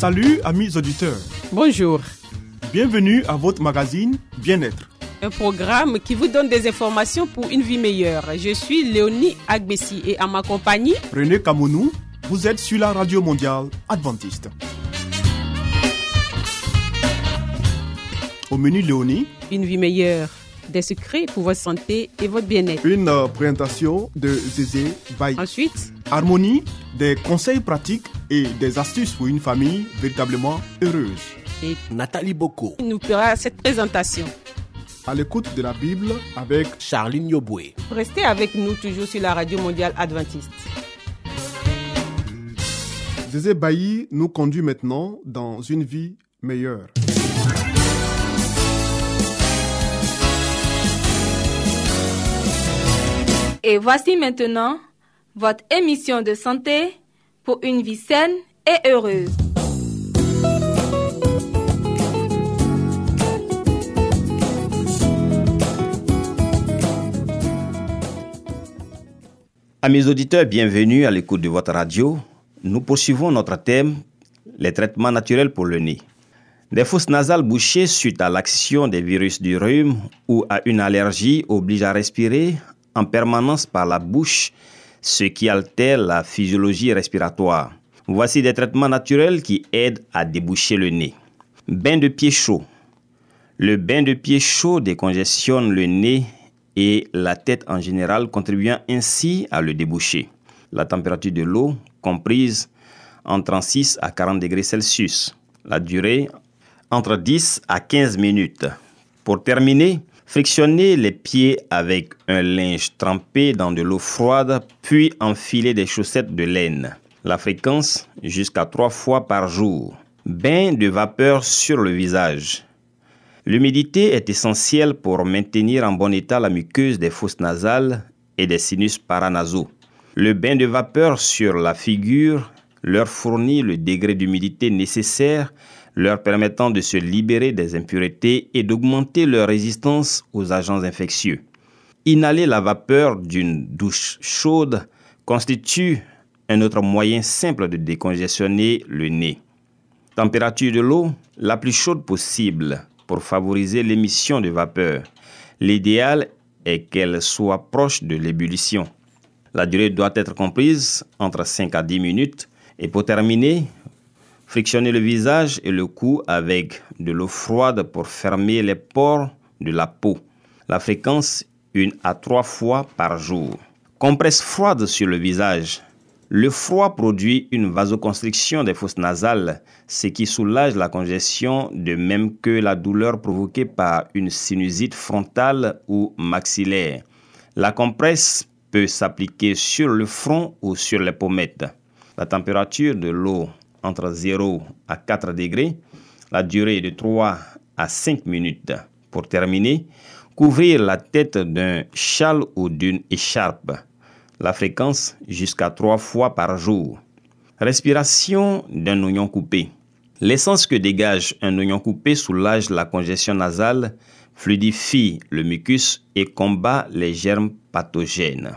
Salut amis auditeurs. Bonjour. Bienvenue à votre magazine Bien-être. Un programme qui vous donne des informations pour une vie meilleure. Je suis Léonie Agbessi et à ma compagnie, René Kamounou, vous êtes sur la radio mondiale adventiste. Au menu Léonie, une vie meilleure, des secrets pour votre santé et votre bien-être. Une présentation de Zézé Baye. Ensuite, Harmonie, des conseils pratiques et des astuces pour une famille véritablement heureuse. et Nathalie Boko, nous fera cette présentation. À l'écoute de la Bible avec Charline Yoboué. Restez avec nous toujours sur la radio mondiale adventiste. Zézé Baye nous conduit maintenant dans une vie meilleure. Et voici maintenant votre émission de santé pour une vie saine et heureuse. Amis auditeurs, bienvenue à l'écoute de votre radio. Nous poursuivons notre thème, les traitements naturels pour le nez. Des fosses nasales bouchées suite à l'action des virus du rhume ou à une allergie obligent à respirer en permanence par la bouche, ce qui altère la physiologie respiratoire. Voici des traitements naturels qui aident à déboucher le nez. Bain de pied chaud. Le bain de pied chaud décongestionne le nez et la tête en général, contribuant ainsi à le déboucher. La température de l'eau comprise entre 36 à 40 degrés Celsius. La durée entre 10 à 15 minutes. Pour terminer, frictionnez les pieds avec un linge trempé dans de l'eau froide, puis enfilez des chaussettes de laine. La fréquence jusqu'à 3 fois par jour. Bain de vapeur sur le visage. L'humidité est essentielle pour maintenir en bon état la muqueuse des fosses nasales et des sinus paranasaux. Le bain de vapeur sur la figure leur fournit le degré d'humidité nécessaire, leur permettant de se libérer des impuretés et d'augmenter leur résistance aux agents infectieux. Inhaler la vapeur d'une douche chaude constitue un autre moyen simple de décongestionner le nez. Température de l'eau la plus chaude possible pour favoriser l'émission de vapeur. L'idéal est qu'elle soit proche de l'ébullition. La durée doit être comprise entre 5 à 10 minutes. Et pour terminer, frictionnez le visage et le cou avec de l'eau froide pour fermer les pores de la peau. La fréquence, 1 à 3 fois par jour. Compresse froide sur le visage. Le froid produit une vasoconstriction des fosses nasales, ce qui soulage la congestion de même que la douleur provoquée par une sinusite frontale ou maxillaire. La compresse peut s'appliquer sur le front ou sur les pommettes. La température de l'eau entre 0 à 4 degrés, la durée de 3 à 5 minutes. Pour terminer, couvrir la tête d'un châle ou d'une écharpe. La fréquence jusqu'à 3 fois par jour. Respiration d'un oignon coupé. L'essence que dégage un oignon coupé soulage la congestion nasale, fluidifie le mucus et combat les germes pathogènes.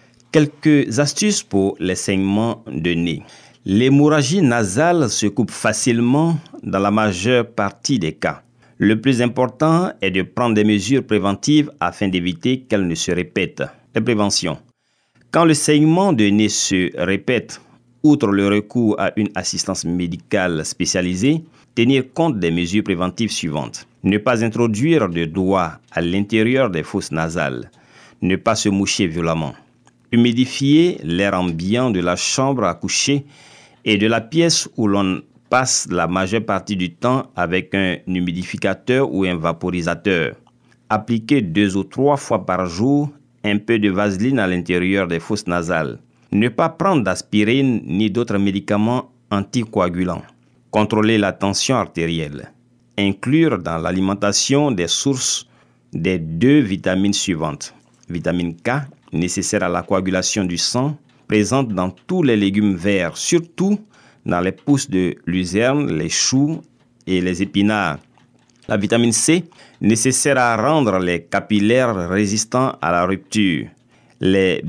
Quelques astuces pour les saignements de nez. L'hémorragie nasale se coupe facilement dans la majeure partie des cas. Le plus important est de prendre des mesures préventives afin d'éviter qu'elles ne se répètent. Les préventions. Quand le saignement de nez se répète, outre le recours à une assistance médicale spécialisée, tenir compte des mesures préventives suivantes. Ne pas introduire de doigts à l'intérieur des fosses nasales. Ne pas se moucher violemment. Humidifier l'air ambiant de la chambre à coucher et de la pièce où l'on passe la majeure partie du temps avec un humidificateur ou un vaporisateur. Appliquer 2 ou 3 fois par jour un peu de vaseline à l'intérieur des fosses nasales. Ne pas prendre d'aspirine ni d'autres médicaments anticoagulants. Contrôler la tension artérielle. Inclure dans l'alimentation des sources des 2 vitamines suivantes. Vitamine K, nécessaire à la coagulation du sang, présente dans tous les légumes verts, surtout dans les pousses de luzerne, les choux et les épinards. La vitamine C, nécessaire à rendre les capillaires résistants à la rupture. Les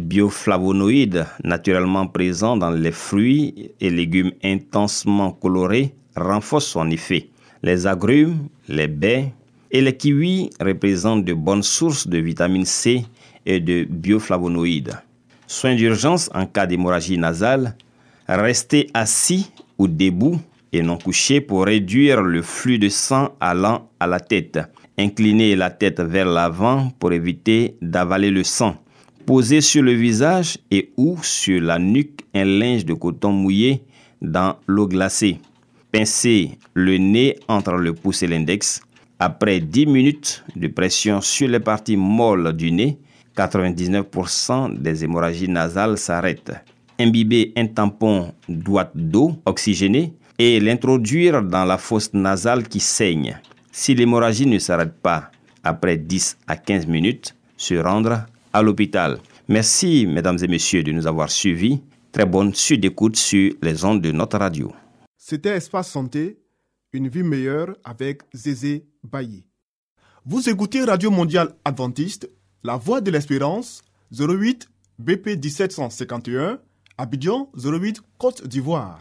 bioflavonoïdes, naturellement présents dans les fruits et légumes intensement colorés, renforce son effet. Les agrumes, les baies et les kiwis représentent de bonnes sources de vitamine C et de bioflavonoïdes. Soins d'urgence en cas d'hémorragie nasale, restez assis ou debout et non couché pour réduire le flux de sang allant à la tête. Inclinez la tête vers l'avant pour éviter d'avaler le sang. Posez sur le visage et ou sur la nuque un linge de coton mouillé dans l'eau glacée. Pincez le nez entre le pouce et l'index. Après 10 minutes de pression sur les parties molles du nez, 99% des hémorragies nasales s'arrêtent. Imbibez un tampon d'ouate d'eau oxygénée et l'introduire dans la fosse nasale qui saigne. Si l'hémorragie ne s'arrête pas après 10 à 15 minutes, se rendre à l'hôpital. Merci, mesdames et messieurs, de nous avoir suivis. Très bonne suite d'écoute sur les ondes de notre radio. C'était Espace Santé, une vie meilleure avec Zézé Bailly. Vous écoutez Radio Mondiale Adventiste, La Voix de l'Espérance, 08 BP 1751, Abidjan 08 Côte d'Ivoire.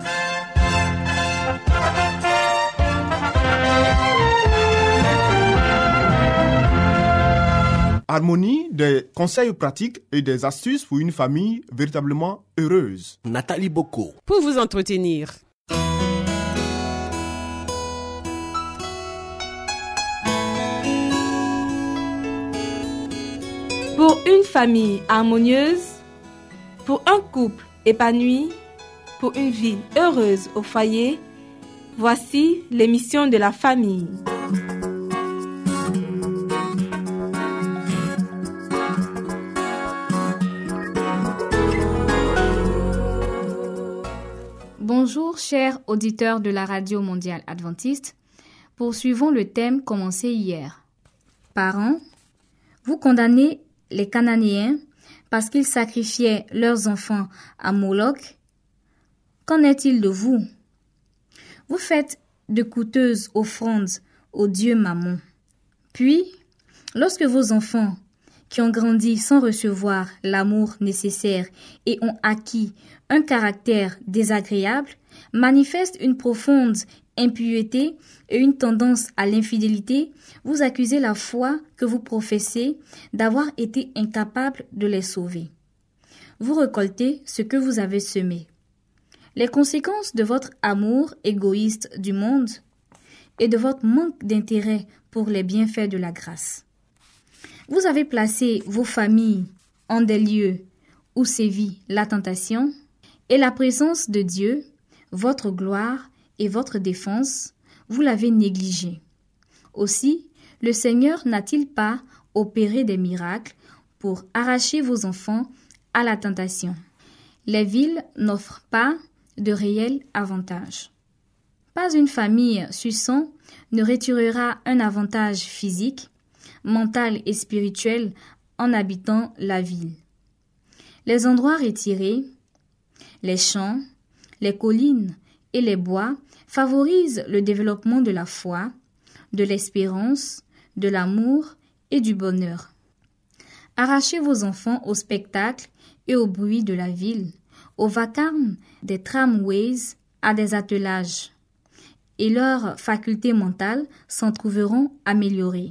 Harmonie, des conseils pratiques et des astuces pour une famille véritablement heureuse. Nathalie Boko. Pour vous entretenir. Pour une famille harmonieuse, pour un couple épanoui, pour une vie heureuse au foyer, voici l'émission de la famille. Bonjour chers auditeurs de la Radio Mondiale Adventiste. Poursuivons le thème commencé hier. Parents, vous condamnez les Cananéens parce qu'ils sacrifiaient leurs enfants à Moloch. Qu'en est-il de vous? Vous faites de coûteuses offrandes au dieu Mammon. Puis, lorsque vos enfants, qui ont grandi sans recevoir l'amour nécessaire et ont acquis un caractère désagréable, manifestent une profonde impiété et une tendance à l'infidélité, vous accusez la foi que vous professez d'avoir été incapable de les sauver. Vous récoltez ce que vous avez semé. Les conséquences de votre amour égoïste du monde et de votre manque d'intérêt pour les bienfaits de la grâce. Vous avez placé vos familles en des lieux où sévit la tentation et la présence de Dieu, votre gloire et votre défense, vous l'avez négligé. Aussi, le Seigneur n'a-t-il pas opéré des miracles pour arracher vos enfants à la tentation? Les villes n'offrent pas de réels avantages. Pas une famille suçant ne retirera un avantage physique, mental et spirituel en habitant la ville. Les endroits retirés, les champs, les collines et les bois favorisent le développement de la foi, de l'espérance, de l'amour et du bonheur. Arrachez vos enfants au spectacle et au bruit de la ville, au vacarme des tramways à des attelages, et leurs facultés mentales s'en trouveront améliorées.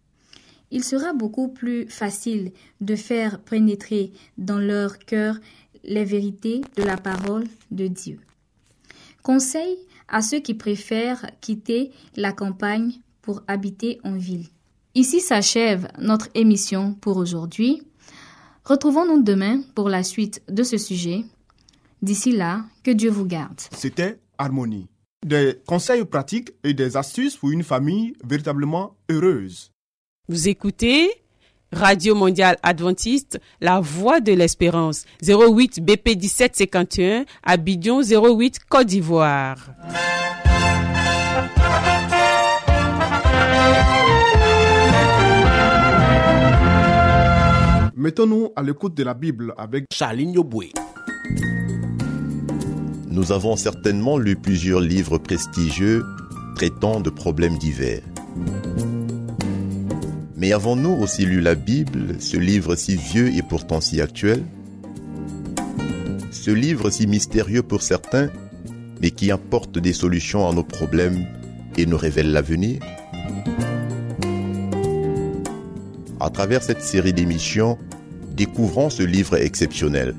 Il sera beaucoup plus facile de faire pénétrer dans leur cœur les vérités de la parole de Dieu. Conseil à ceux qui préfèrent quitter la campagne pour habiter en ville. Ici s'achève notre émission pour aujourd'hui. Retrouvons-nous demain pour la suite de ce sujet. D'ici là, que Dieu vous garde. C'était Harmonie. Des conseils pratiques et des astuces pour une famille véritablement heureuse. Vous écoutez Radio Mondiale Adventiste, La Voix de l'Espérance, 08 BP 1751, Abidjan 08 Côte d'Ivoire. Mettons-nous à l'écoute de la Bible avec Charline Yoboué. Nous avons certainement lu plusieurs livres prestigieux traitant de problèmes divers. Mais avons-nous aussi lu la Bible, ce livre si vieux et pourtant si actuel? Ce livre si mystérieux pour certains mais qui apporte des solutions à nos problèmes et nous révèle l'avenir? À travers cette série d'émissions, découvrons ce livre exceptionnel.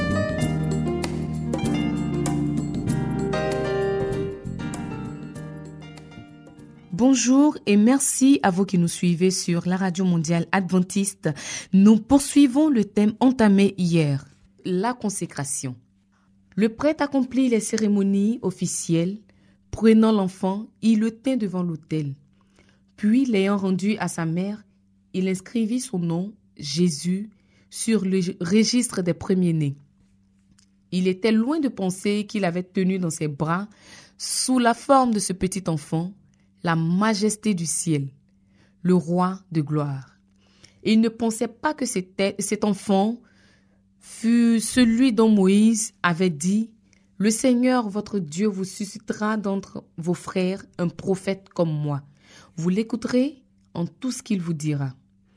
Bonjour et merci à vous qui nous suivez sur la Radio Mondiale Adventiste. Nous poursuivons le thème entamé hier, la consécration. Le prêtre accomplit les cérémonies officielles. Prenant l'enfant, il le tint devant l'autel. Puis, l'ayant rendu à sa mère, il inscrivit son nom, Jésus, sur le registre des premiers-nés. Il était loin de penser qu'il avait tenu dans ses bras, sous la forme de ce petit enfant, la majesté du ciel, le roi de gloire. Et il ne pensait pas que cet enfant fut celui dont Moïse avait dit « Le Seigneur, votre Dieu, vous suscitera d'entre vos frères un prophète comme moi. Vous l'écouterez en tout ce qu'il vous dira. »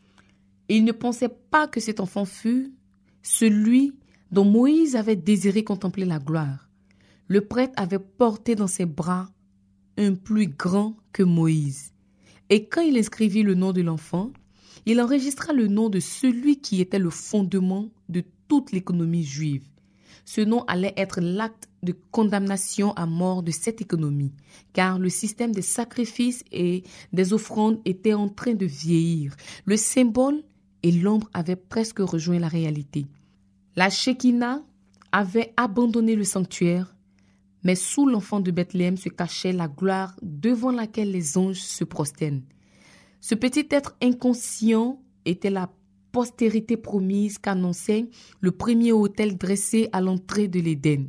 Et il ne pensait pas que cet enfant fût celui dont Moïse avait désiré contempler la gloire. Le prêtre avait porté dans ses bras un plus grand que Moïse. Et quand il inscrivit le nom de l'enfant, il enregistra le nom de celui qui était le fondement de toute l'économie juive. Ce nom allait être l'acte de condamnation à mort de cette économie, car le système des sacrifices et des offrandes était en train de vieillir. Le symbole et l'ombre avaient presque rejoint la réalité. La Shekinah avait abandonné le sanctuaire, mais sous l'enfant de Bethléem se cachait la gloire devant laquelle les anges se prosternent. Ce petit être inconscient était la postérité promise qu'annonçait le premier autel dressé à l'entrée de l'Éden.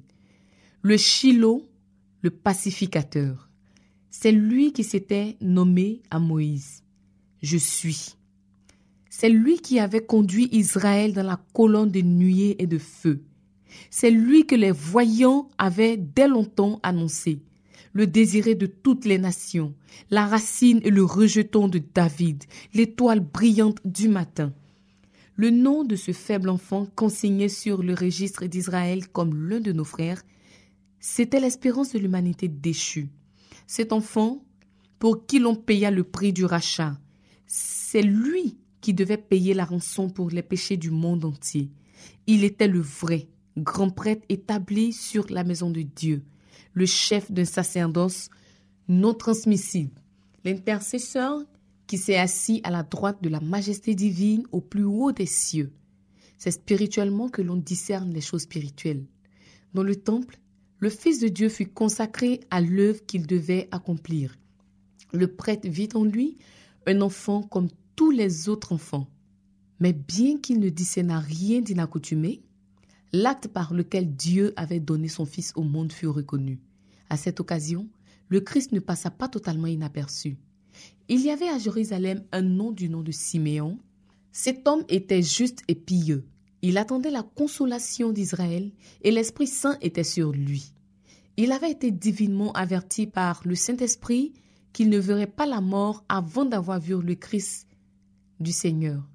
Le Shiloh, le pacificateur. C'est lui qui s'était nommé à Moïse. Je suis. C'est lui qui avait conduit Israël dans la colonne de nuée et de feu. C'est lui que les voyants avaient dès longtemps annoncé. Le désiré de toutes les nations, la racine et le rejeton de David, l'étoile brillante du matin. Le nom de ce faible enfant consigné sur le registre d'Israël comme l'un de nos frères, c'était l'espérance de l'humanité déchue. Cet enfant, pour qui l'on paya le prix du rachat, c'est lui qui devait payer la rançon pour les péchés du monde entier. Il était le vrai grand prêtre établi sur la maison de Dieu, le chef d'un sacerdoce non transmissible, l'intercesseur qui s'est assis à la droite de la majesté divine au plus haut des cieux. C'est spirituellement que l'on discerne les choses spirituelles. Dans le temple, le Fils de Dieu fut consacré à l'œuvre qu'il devait accomplir. Le prêtre vit en lui un enfant comme tous les autres enfants. Mais bien qu'il ne discernât rien d'inaccoutumé, l'acte par lequel Dieu avait donné son Fils au monde fut reconnu. À cette occasion, le Christ ne passa pas totalement inaperçu. Il y avait à Jérusalem un homme du nom de Siméon. Cet homme était juste et pieux. Il attendait la consolation d'Israël et l'Esprit Saint était sur lui. Il avait été divinement averti par le Saint-Esprit qu'il ne verrait pas la mort avant d'avoir vu le Christ du Seigneur.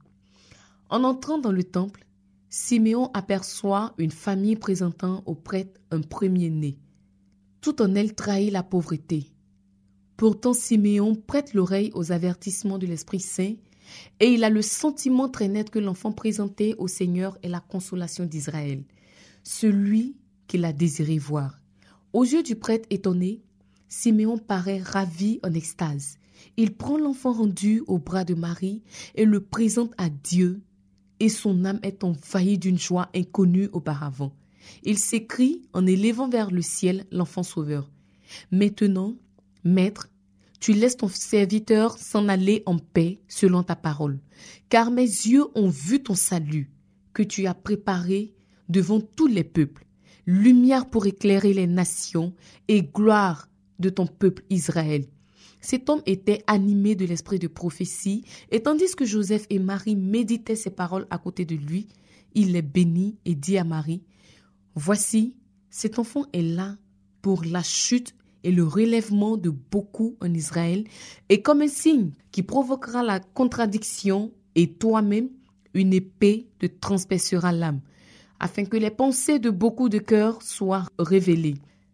En entrant dans le temple, Siméon aperçoit une famille présentant au prêtre un premier-né. Tout en elle trahit la pauvreté. Pourtant, Siméon prête l'oreille aux avertissements de l'Esprit Saint et il a le sentiment très net que l'enfant présenté au Seigneur est la consolation d'Israël, celui qu'il a désiré voir. Aux yeux du prêtre étonné, Siméon paraît ravi en extase. Il prend l'enfant rendu au bras de Marie et le présente à Dieu et son âme est envahie d'une joie inconnue auparavant. Il s'écrie en élevant vers le ciel l'enfant sauveur. « Maintenant, Maître, tu laisses ton serviteur s'en aller en paix selon ta parole, car mes yeux ont vu ton salut que tu as préparé devant tous les peuples, lumière pour éclairer les nations et gloire de ton peuple Israël. » Cet homme était animé de l'esprit de prophétie, et tandis que Joseph et Marie méditaient ces paroles à côté de lui, il les bénit et dit à Marie, « Voici, cet enfant est là pour la chute et le relèvement de beaucoup en Israël, et comme un signe qui provoquera la contradiction, et toi-même, une épée te transpercera l'âme, afin que les pensées de beaucoup de cœurs soient révélées.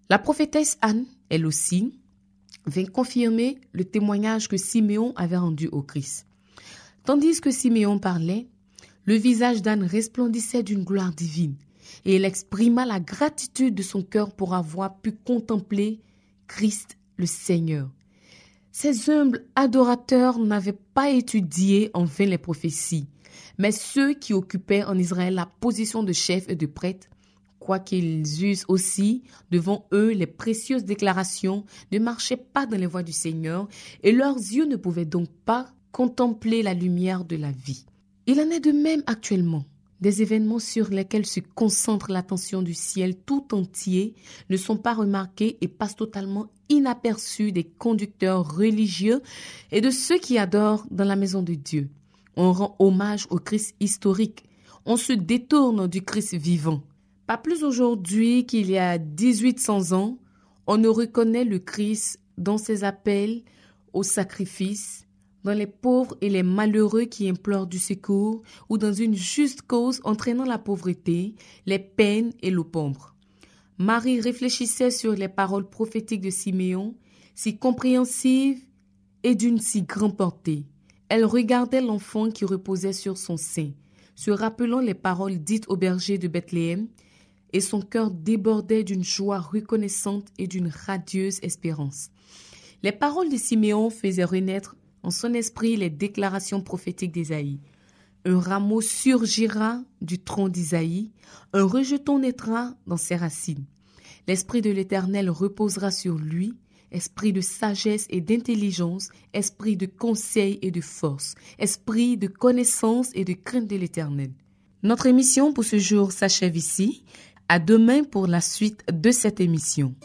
La prophétesse Anne, elle aussi, vint confirmer le témoignage que Siméon avait rendu au Christ. Tandis que Siméon parlait, le visage d'Anne resplendissait d'une gloire divine et elle exprima la gratitude de son cœur pour avoir pu contempler Christ le Seigneur. Ces humbles adorateurs n'avaient pas étudié en vain les prophéties, mais ceux qui occupaient en Israël la position de chef et de prêtre, quoiqu'ils eussent aussi devant eux les précieuses déclarations, ne marchaient pas dans les voies du Seigneur et leurs yeux ne pouvaient donc pas contempler la lumière de la vie. Il en est de même actuellement. Des événements sur lesquels se concentre l'attention du ciel tout entier ne sont pas remarqués et passent totalement inaperçus des conducteurs religieux et de ceux qui adorent dans la maison de Dieu. On rend hommage au Christ historique. On se détourne du Christ vivant. Pas plus aujourd'hui qu'il y a 1800 ans, on ne reconnaît le Christ dans ses appels au sacrifice, dans les pauvres et les malheureux qui implorent du secours ou dans une juste cause entraînant la pauvreté, les peines et l'opprobre. Marie réfléchissait sur les paroles prophétiques de Siméon, si compréhensives et d'une si grande portée. Elle regardait l'enfant qui reposait sur son sein, se rappelant les paroles dites au berger de Bethléem, et son cœur débordait d'une joie reconnaissante et d'une radieuse espérance. Les paroles de Siméon faisaient renaître en son esprit les déclarations prophétiques d'Ésaïe. Un rameau surgira du tronc d'Isaïe, un rejeton naîtra dans ses racines. L'Esprit de l'Éternel reposera sur lui, esprit de sagesse et d'intelligence, esprit de conseil et de force, esprit de connaissance et de crainte de l'Éternel. Notre émission pour ce jour s'achève ici. À demain pour la suite de cette émission.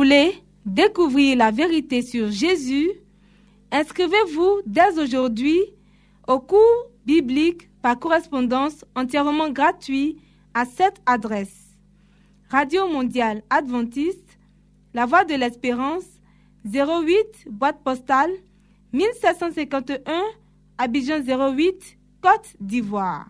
voulez découvrir la vérité sur Jésus, inscrivez-vous dès aujourd'hui au cours biblique par correspondance entièrement gratuit à cette adresse. Radio Mondiale Adventiste, La Voix de l'Espérance, 08, boîte postale, 1751, Abidjan 08, Côte d'Ivoire.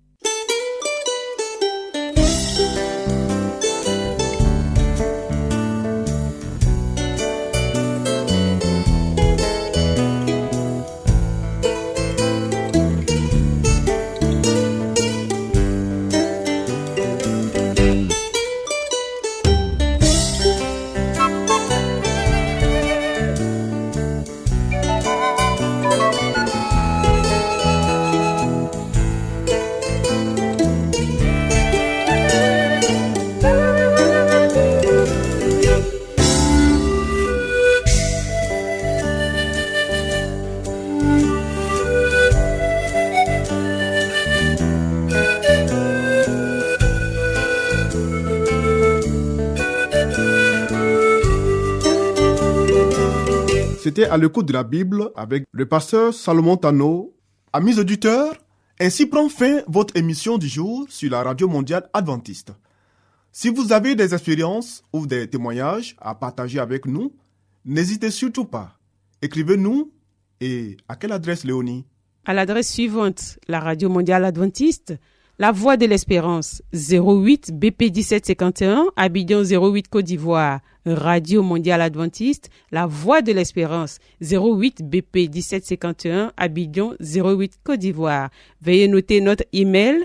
C'était à l'écoute de la Bible avec le pasteur Salomon Tano. Amis auditeurs, ainsi prend fin votre émission du jour sur la Radio Mondiale Adventiste. Si vous avez des expériences ou des témoignages à partager avec nous, n'hésitez surtout pas. Écrivez-nous et à quelle adresse, Léonie? À l'adresse suivante, la Radio Mondiale Adventiste, La Voix de l'Espérance, 08 BP 1751, Abidjan 08 Côte d'Ivoire. Radio Mondiale Adventiste, La Voix de l'Espérance, 08 BP 1751, Abidjan 08 Côte d'Ivoire. Veuillez noter notre email,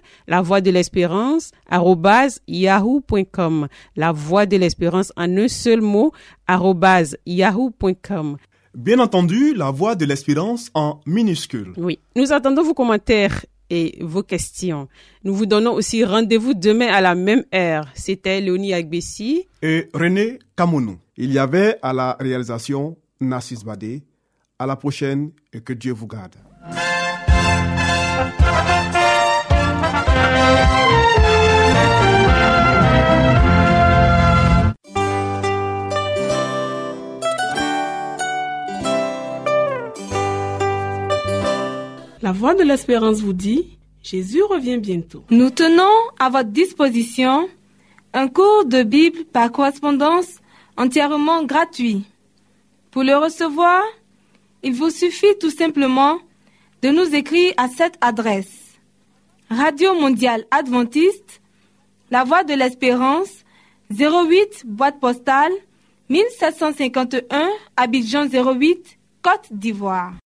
lavoixdelespérance@yahoo.com. La Voix de l'Espérance en un seul mot, @yahoo.com. Bien entendu, La Voix de l'Espérance en minuscule. Oui, nous attendons vos commentaires et vos questions. Nous vous donnons aussi rendez-vous demain à la même heure. C'était Léonie Agbessi et René Kamounou. Il y avait à la réalisation Nassis Badé. À la prochaine et que Dieu vous garde. La Voix de l'Espérance vous dit, Jésus revient bientôt. Nous tenons à votre disposition un cours de Bible par correspondance entièrement gratuit. Pour le recevoir, il vous suffit tout simplement de nous écrire à cette adresse. Radio Mondiale Adventiste, La Voix de l'Espérance, 08, boîte postale, 1751, Abidjan 08, Côte d'Ivoire.